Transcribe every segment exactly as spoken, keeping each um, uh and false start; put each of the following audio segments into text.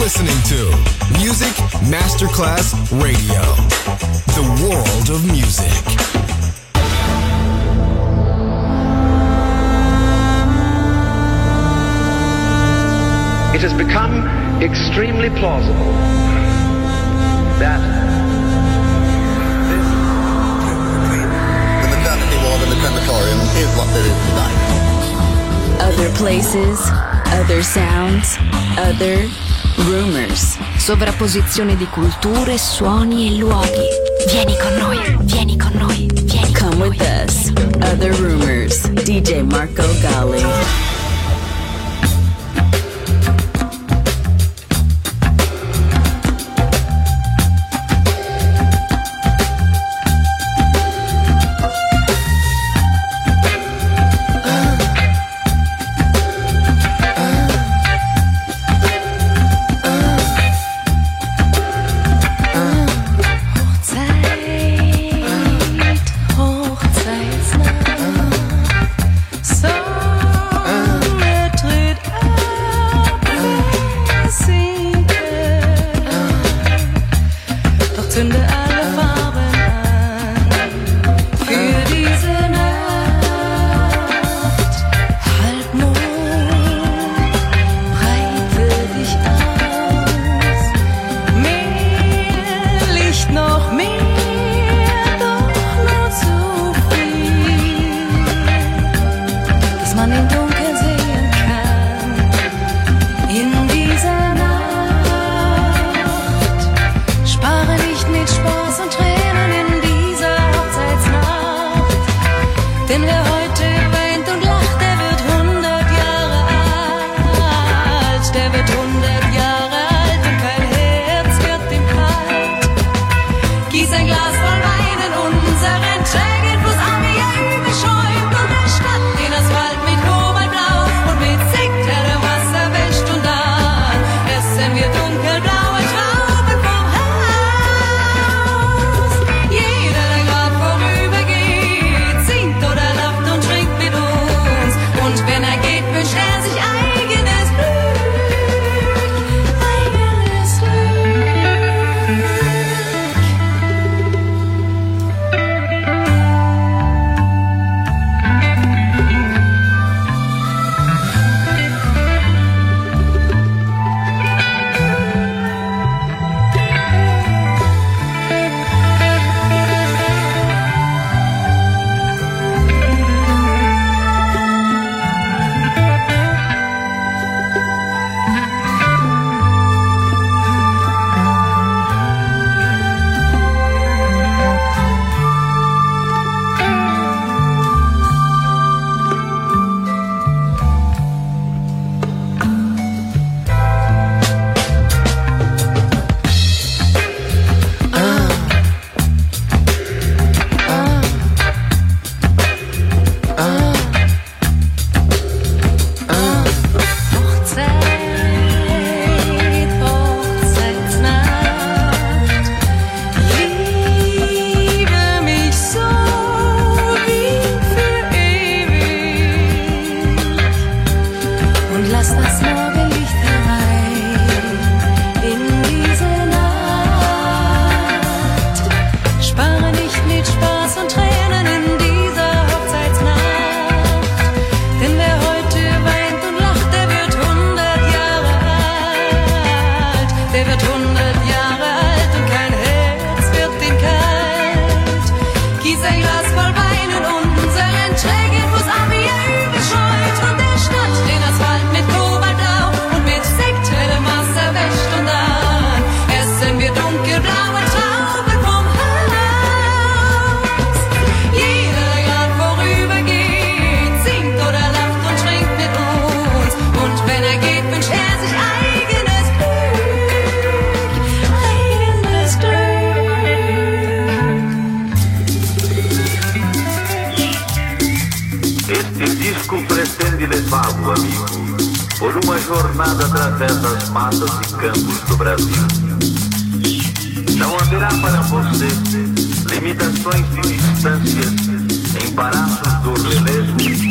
listening to Music Masterclass Radio, the world of music. It has become extremely plausible that the maternity ward and the crematorium is what there is today. Other places, other sounds, other rumors. Sovrapposizione di culture, suoni e luoghi. Vieni con noi, vieni con noi, vieni Come con noi. with us. Other rumors. D J Marco Gally.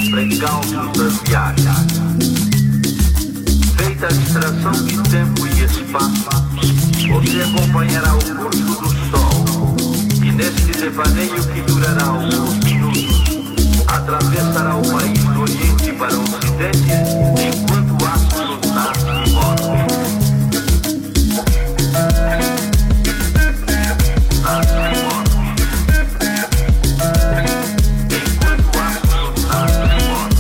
Feita a extração de tempo e espaço, você acompanhará o curso do sol, e neste devaneio que durará alguns minutos, atravessará o país do Oriente para o Ocidente, enquanto astros nascem e morrem. Nascem e morrem. Enquanto astros nascem e morrem.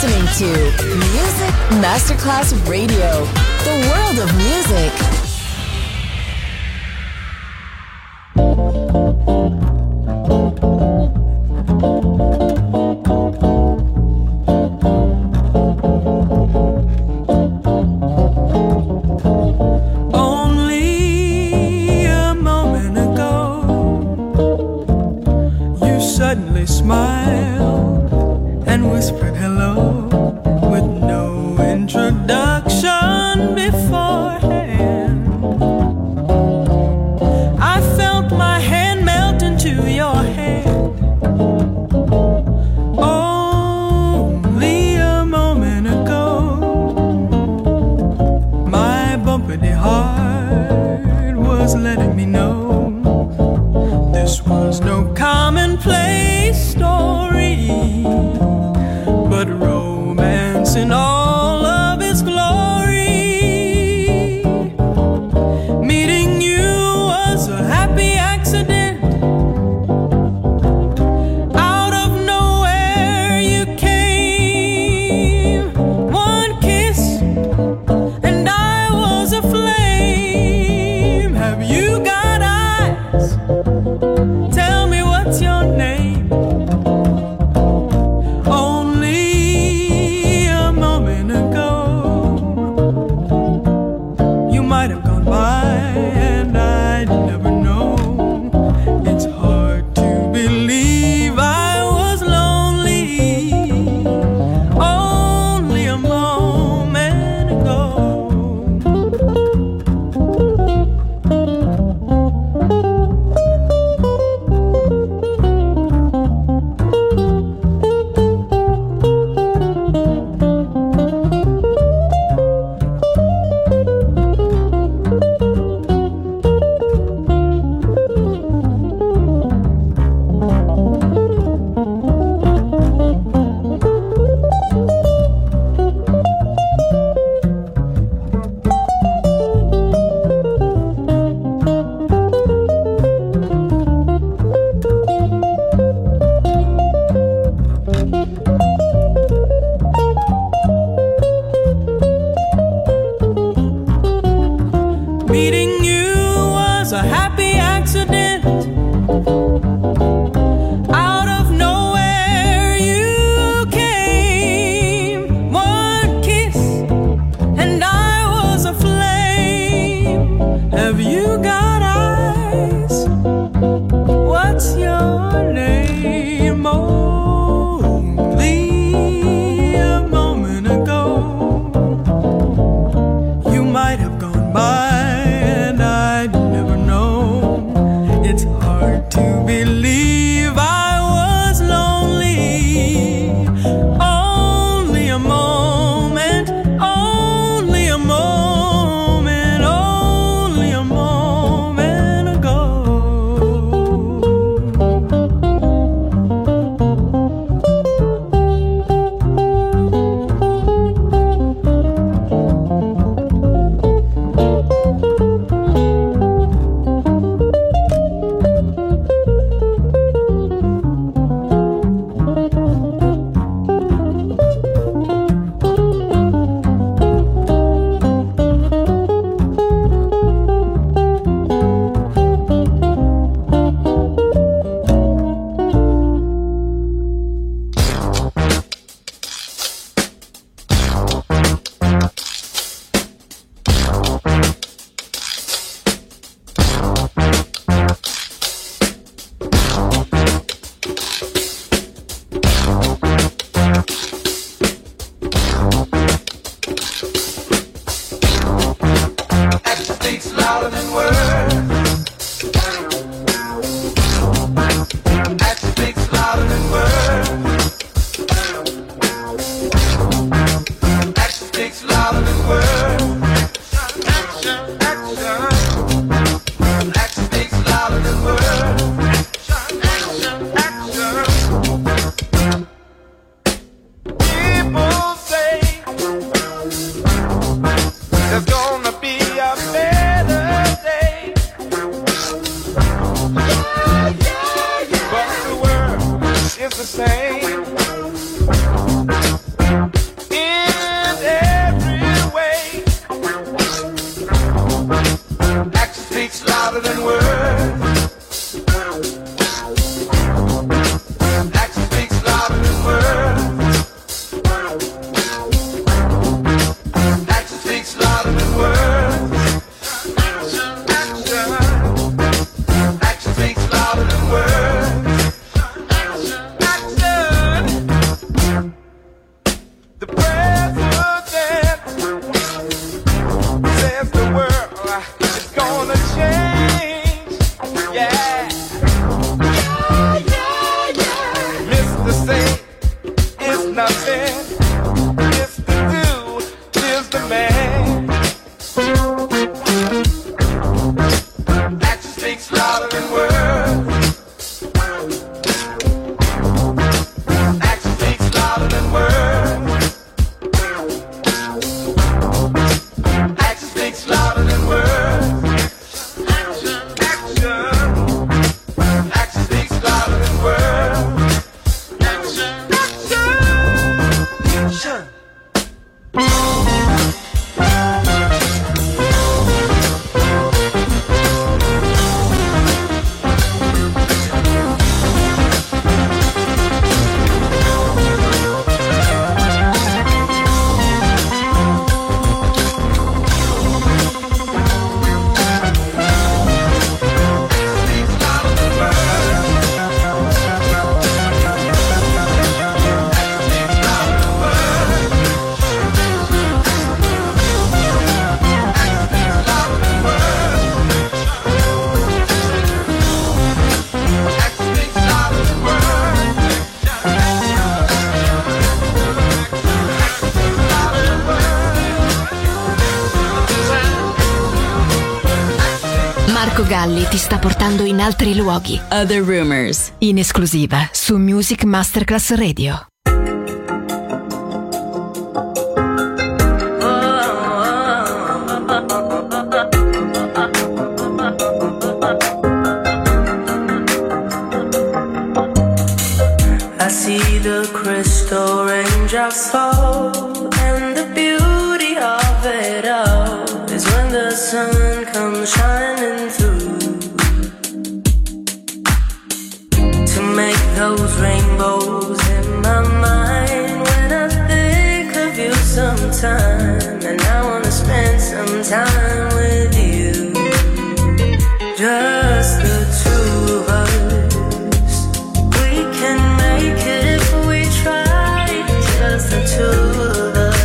listening to Music Masterclass Radio, the world of music. Only a moment ago, you suddenly smiled and whispered hello with no introduction beforehand. I felt my hand melt into your hand. Only a moment ago, my bumpity heart was letting me know this was no commonplace story, but romance in all of its glory. Meeting you was a happy accident. Out of nowhere you came. One kiss and I was aflame. Have you got eyes? Tell me what's your name. Only a moment Galli ti sta portando in altri luoghi. Other Rumors, in esclusiva su Music Masterclass Radio. I see the crystal raindrops fall, and the beauty of it all is when the sun comes shining through to make those rainbows in my mind. When I think of you sometime, and I wanna spend some time with you, just the two of us. We can make it if we try, just the two of us.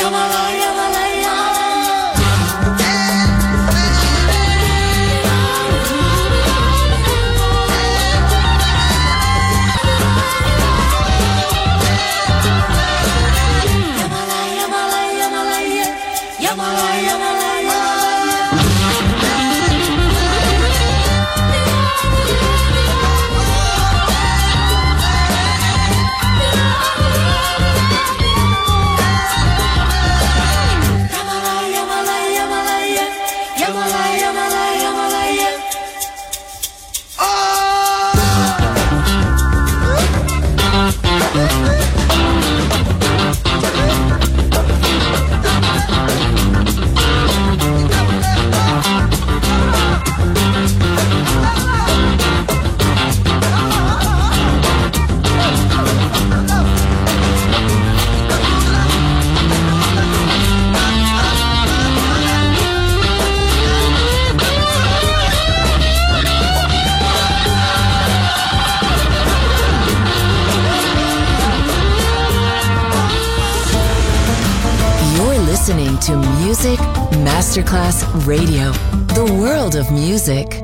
Listening to Music Masterclass Radio, the world of music.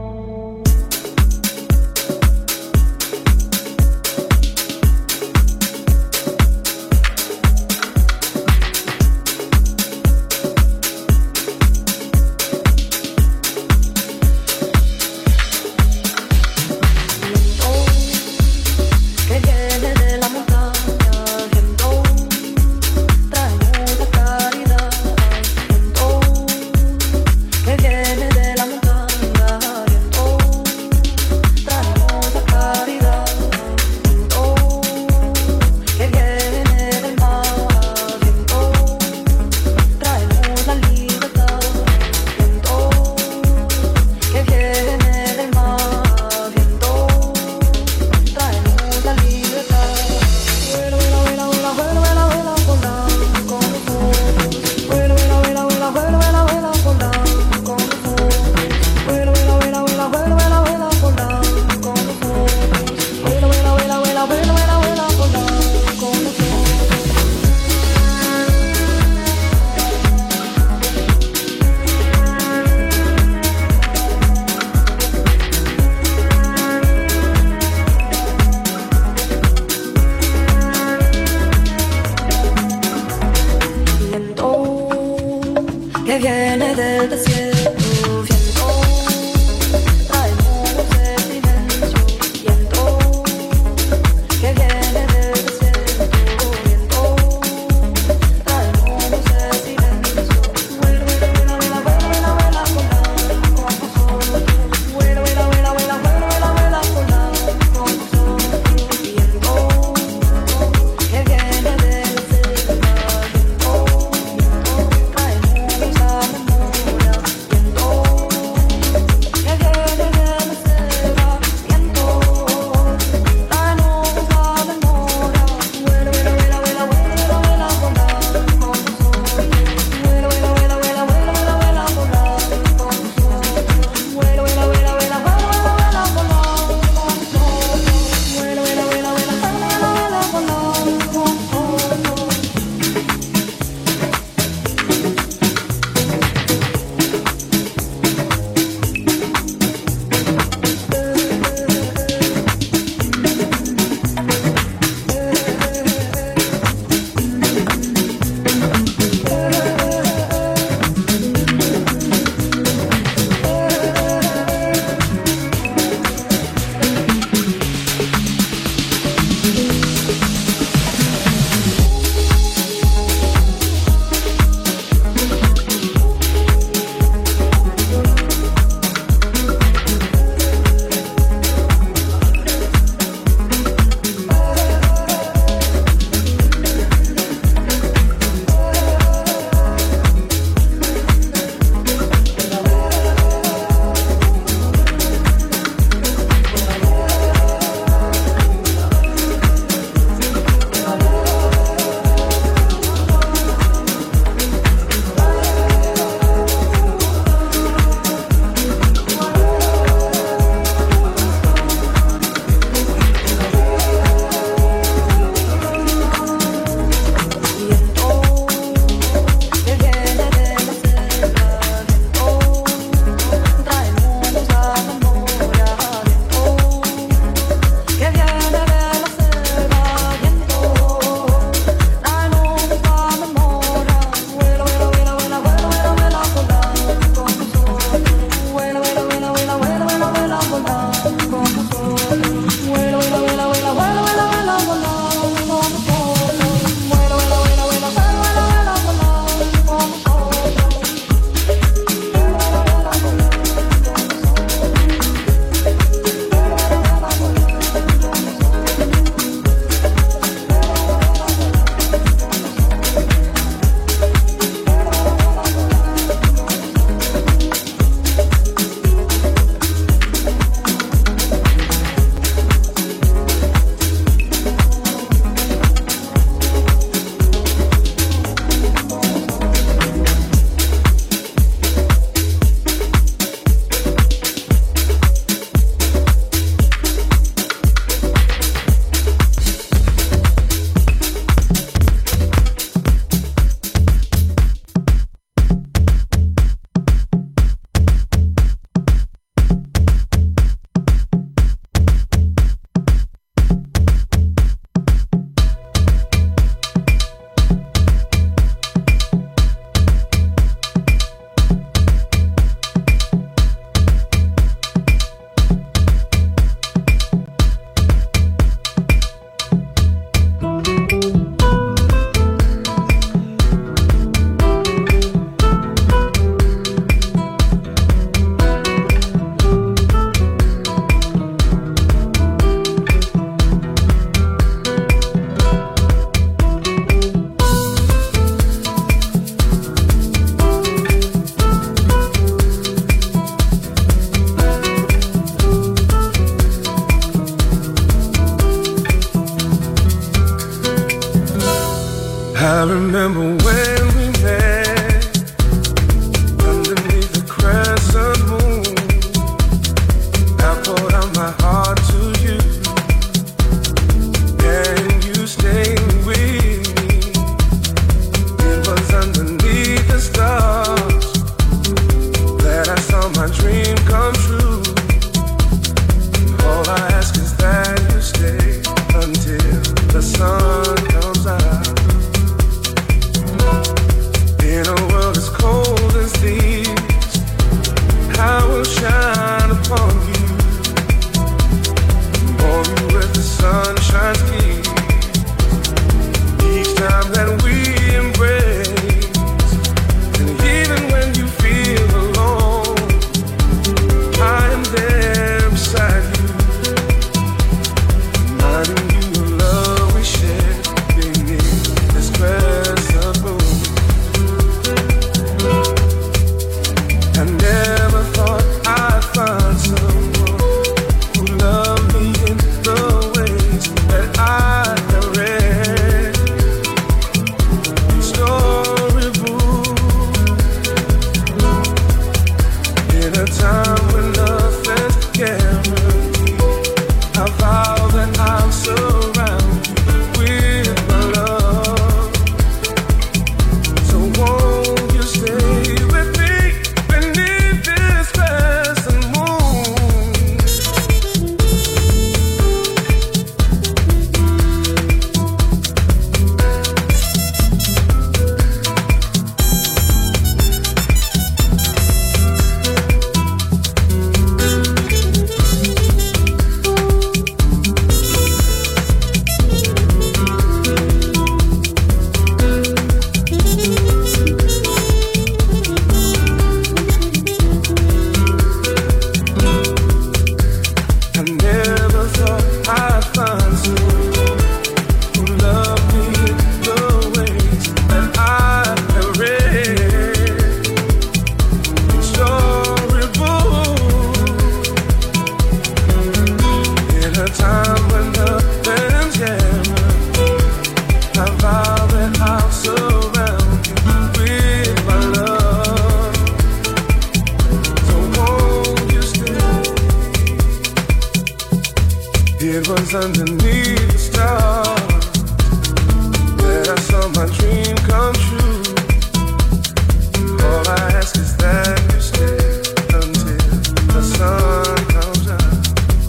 was underneath the stars that I saw my dream come true. All I ask is that you stay until the sun comes out.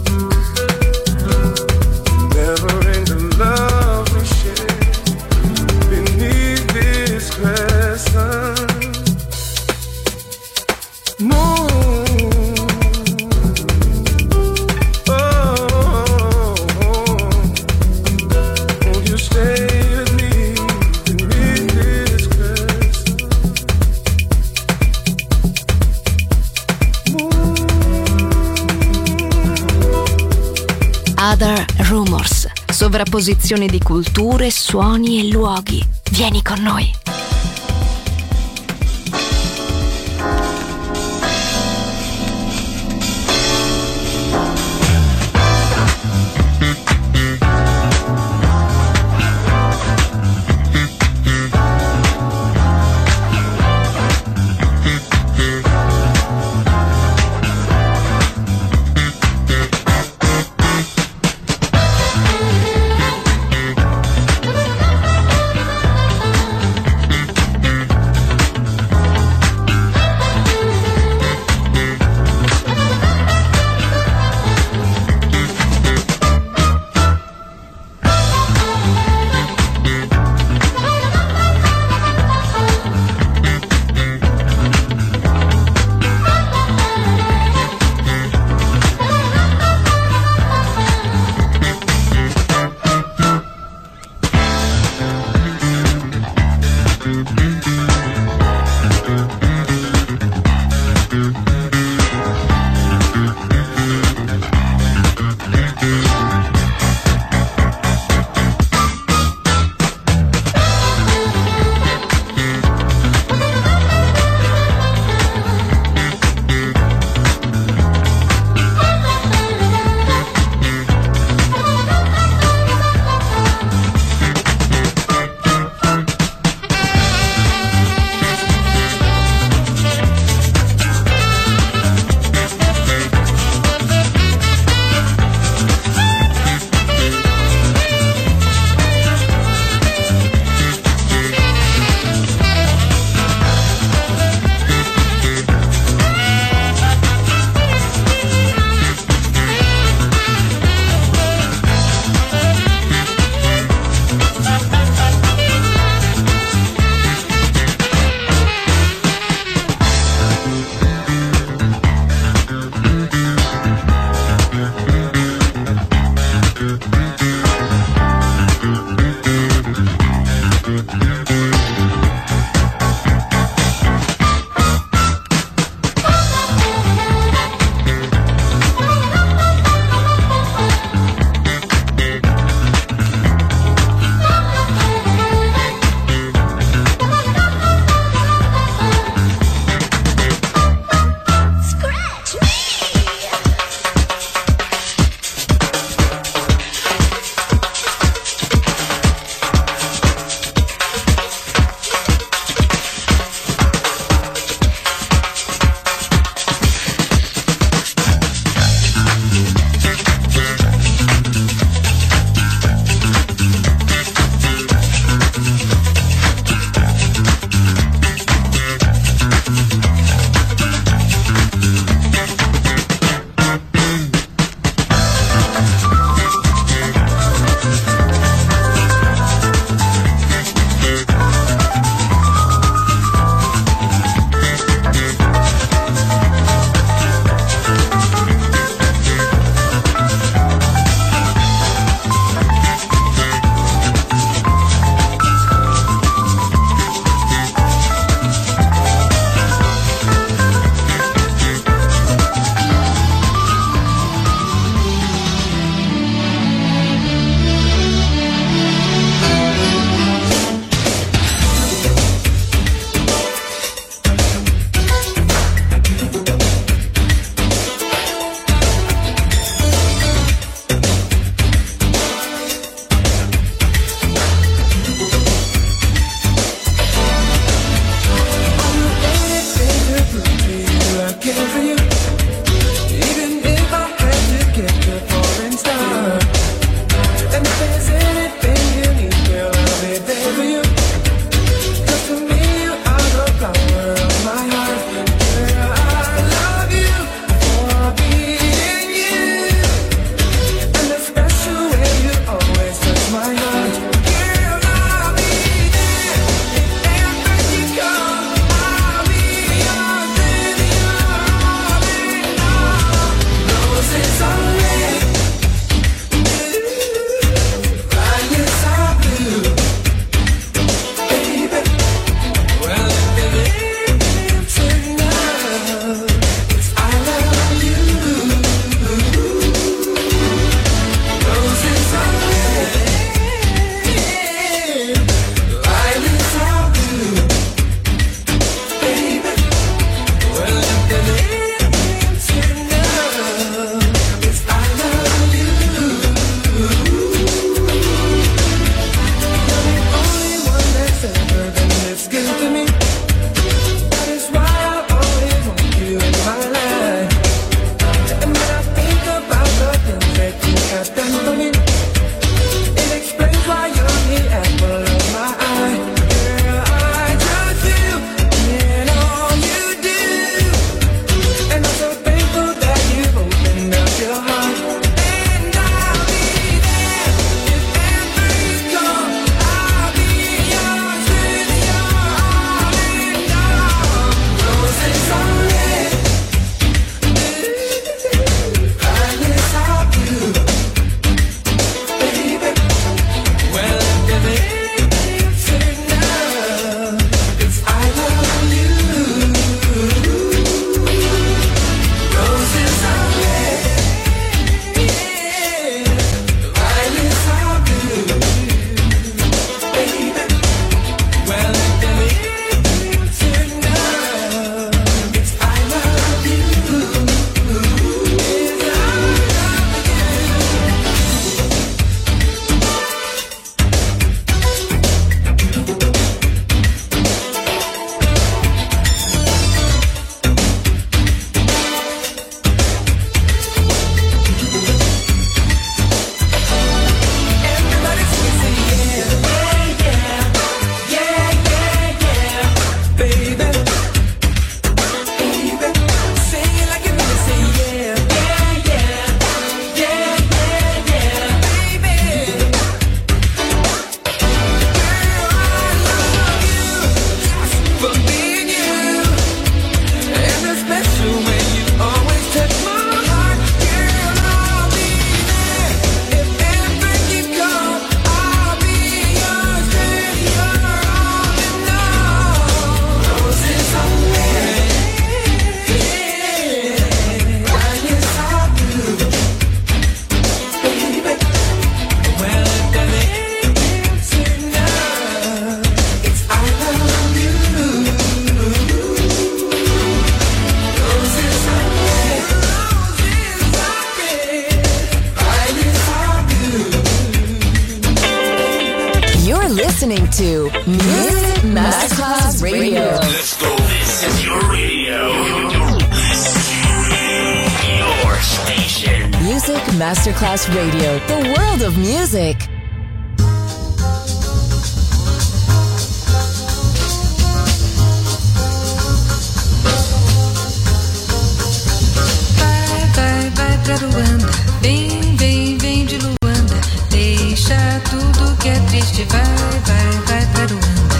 Never end the love we share beneath this crescent moon. Other Rumors, sovrapposizione di culture, suoni e luoghi. Vieni con noi. to Music Masterclass Radio. Let's go. This is your radio. Your station. Music Masterclass Radio. The world of music. Vai, vai, vai pra Luanda. Vem, vem, vem de Luanda. Deixa tudo que é triste. Vai, vai, vai pra Luanda.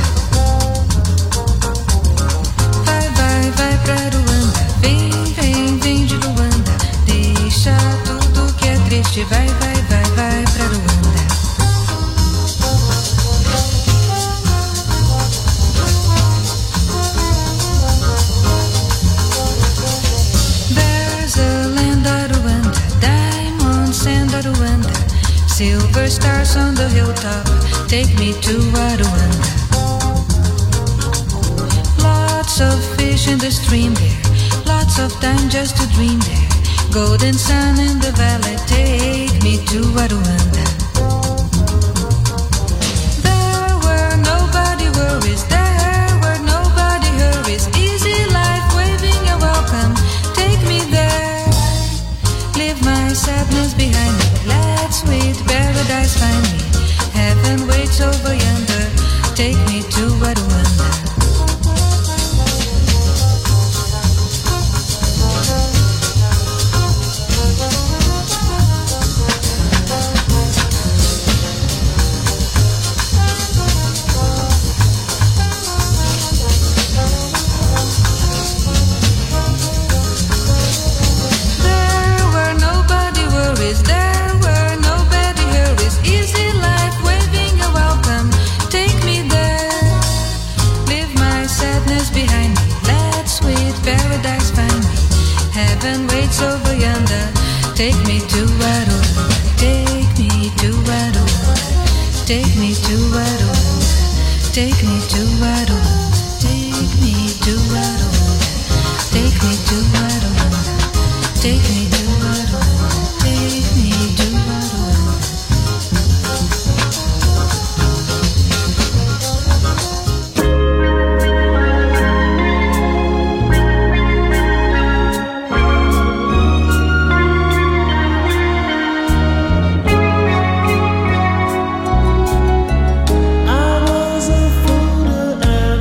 Vai, vai, vai pra Luanda. Vem, vem, vem de Luanda. Deixa tudo que é triste. Vai, vai, vai, vai pra Luanda. There's a land of Rwanda, diamonds and Rwanda, silver stars on the hilltop, take me to Rwanda. Lots of fish in the stream there, lots of time just to dream there. Golden sun in the valley, take me to Rwanda. There were nobody worries, there were nobody hurries. Easy life, waving a welcome, take me there. Leave my sadness behind me, let sweet paradise find me. Heaven waits over yonder, take me to Rwanda. There were nobody worries, there were nobody hurries. Easy life, waving a welcome, take me there. Leave my sadness behind me, let sweet paradise find me. Heaven waits over yonder, take me to Rwanda. Take me to Rwanda. Take me to Rwanda. Take me to Rwanda. Take me to Rwanda. Take me to Rwanda. Take me to Rwanda. Take me to Rwanda. I was a fool to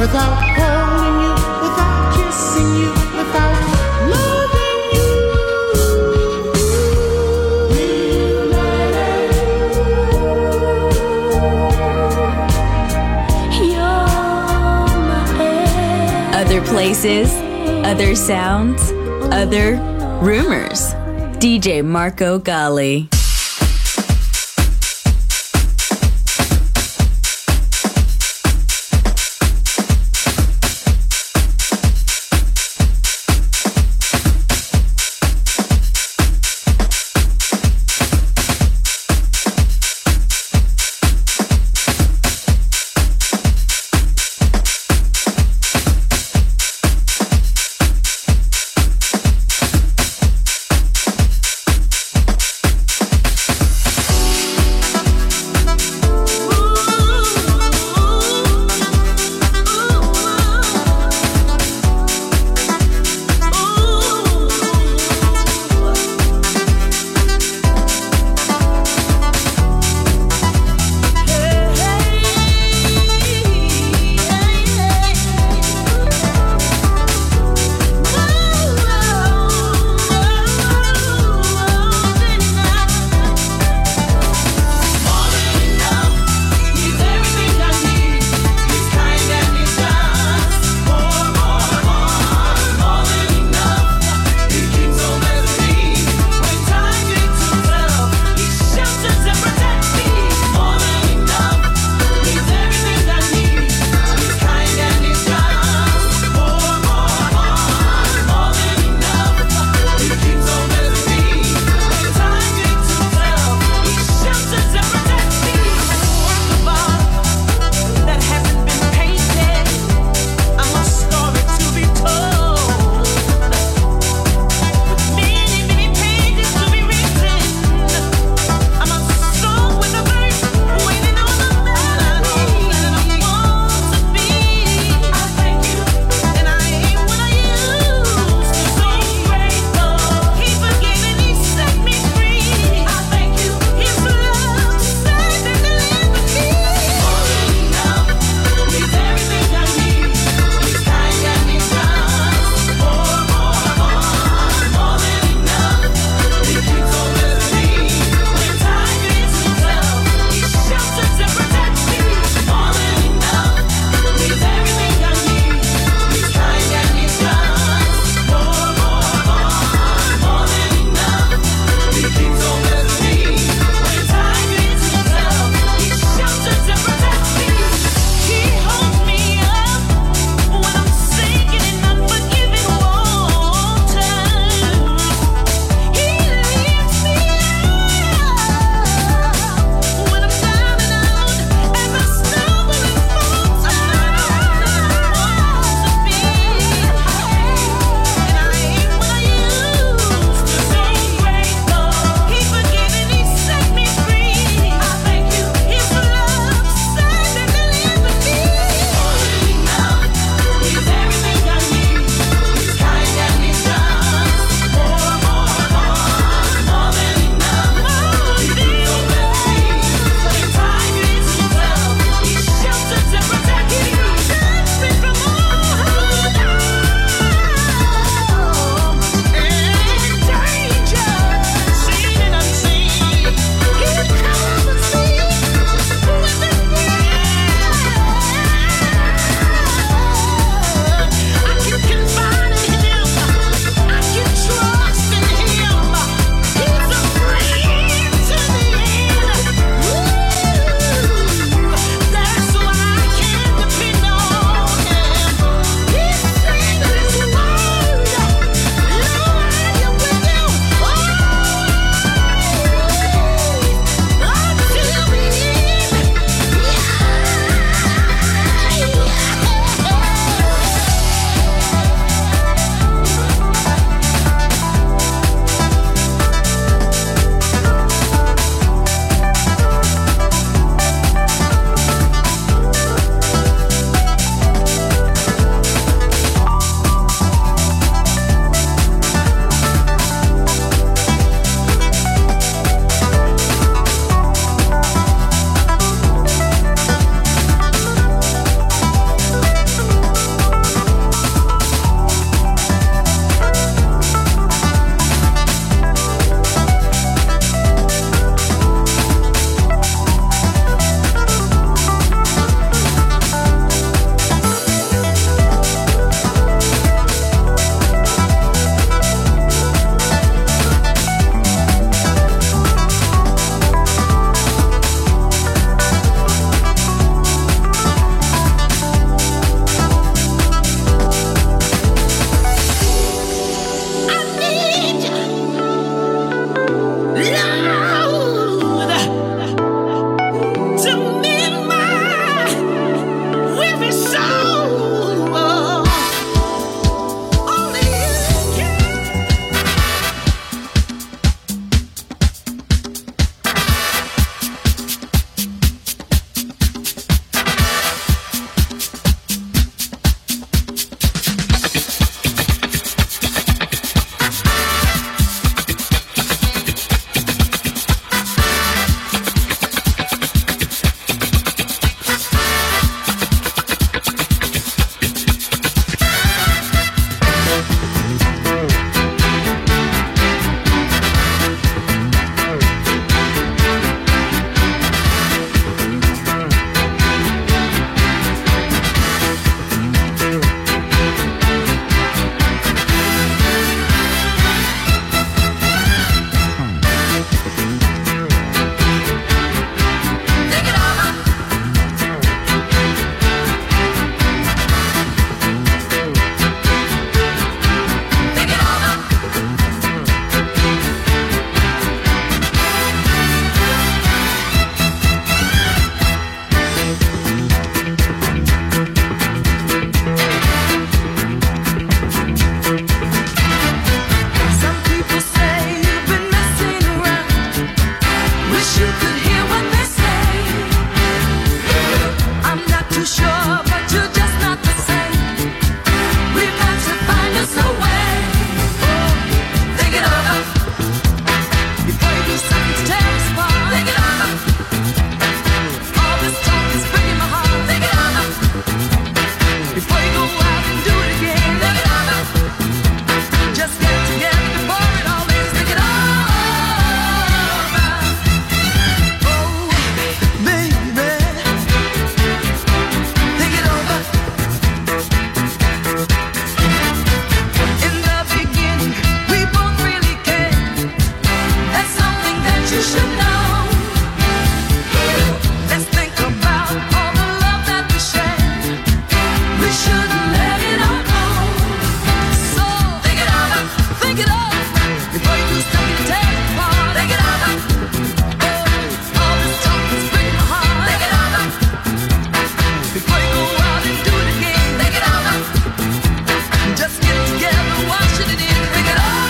without holding you, without kissing you, without loving you. You're my air. Other places, other sounds, other rumors. D J Marco Gally. too sure, but you're just not the same. We've got to find us a way. Oh, think it over before you do something to tear us apart. Think it over. All this talk is breaking my heart. Think it over before you go out and do it again. Think it over. Just get it together before it all ends. Think it over. You should know. Let's think about all the love that we share. We shouldn't let it all go. So think it over, think it over before you do something to tear it apart. Think it over. Oh, all this talk is breaking my heart. Think it over before you go out and do it again. Think it over. Just get it together, wash it in. Think it over.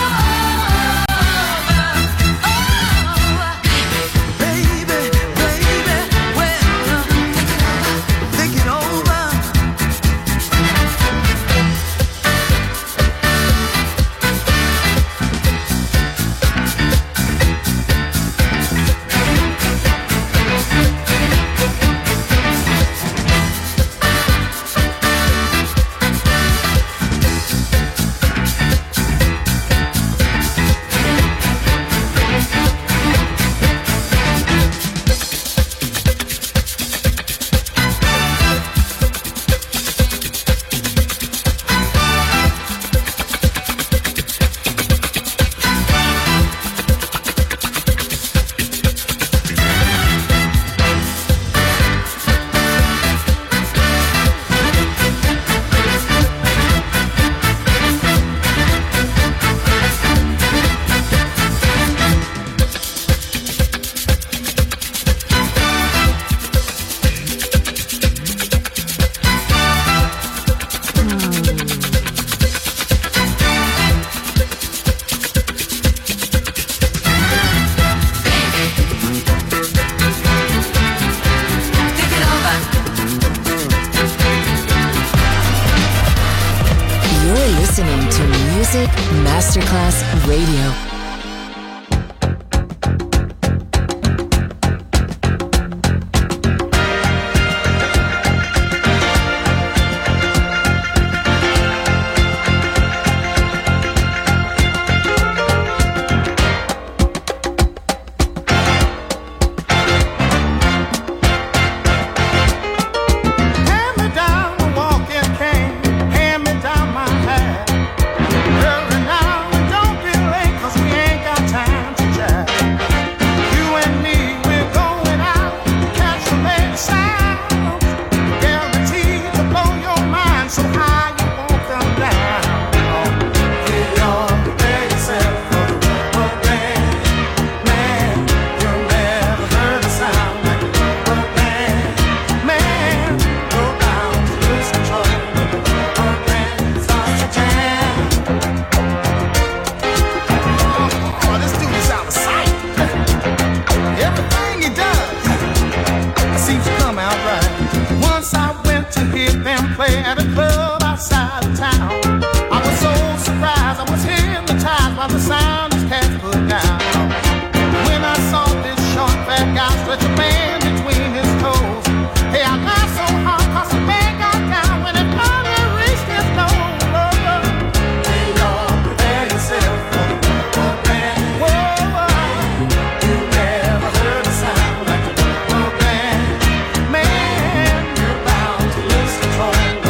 Listening to Music Masterclass Radio.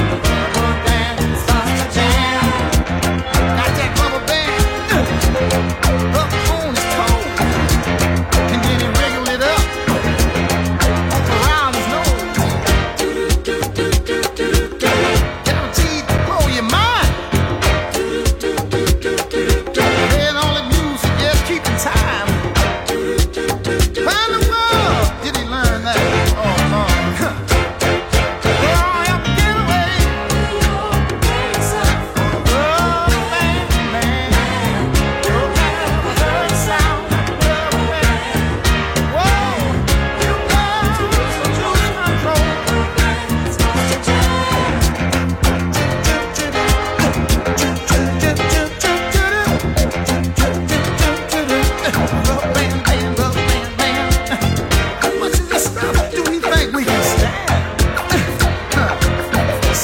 Got that rubber band.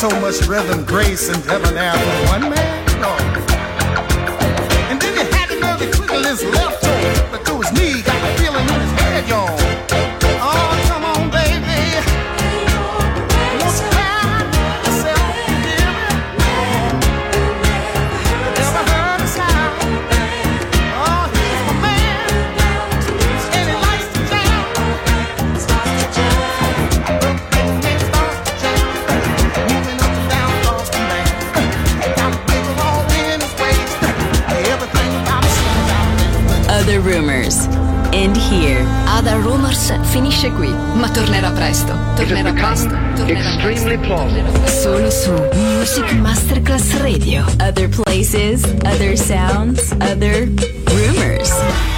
so much rhythm, grace, and debonair from one man? No. And then he had another quickly his left toe, but to his knee, got the feeling in his head, y'all. Oh, come on, baby. Won't you find yourself again? Never heard a sound. Oh, he's my man, and he likes to jam. Starts to jam. Other Rumors. End here. Other Rumors finisce qui, ma tornerà presto. Tornerà presto. Tornerà extremely plausible. Solo su Music Masterclass Radio. Other places, other sounds, other rumors.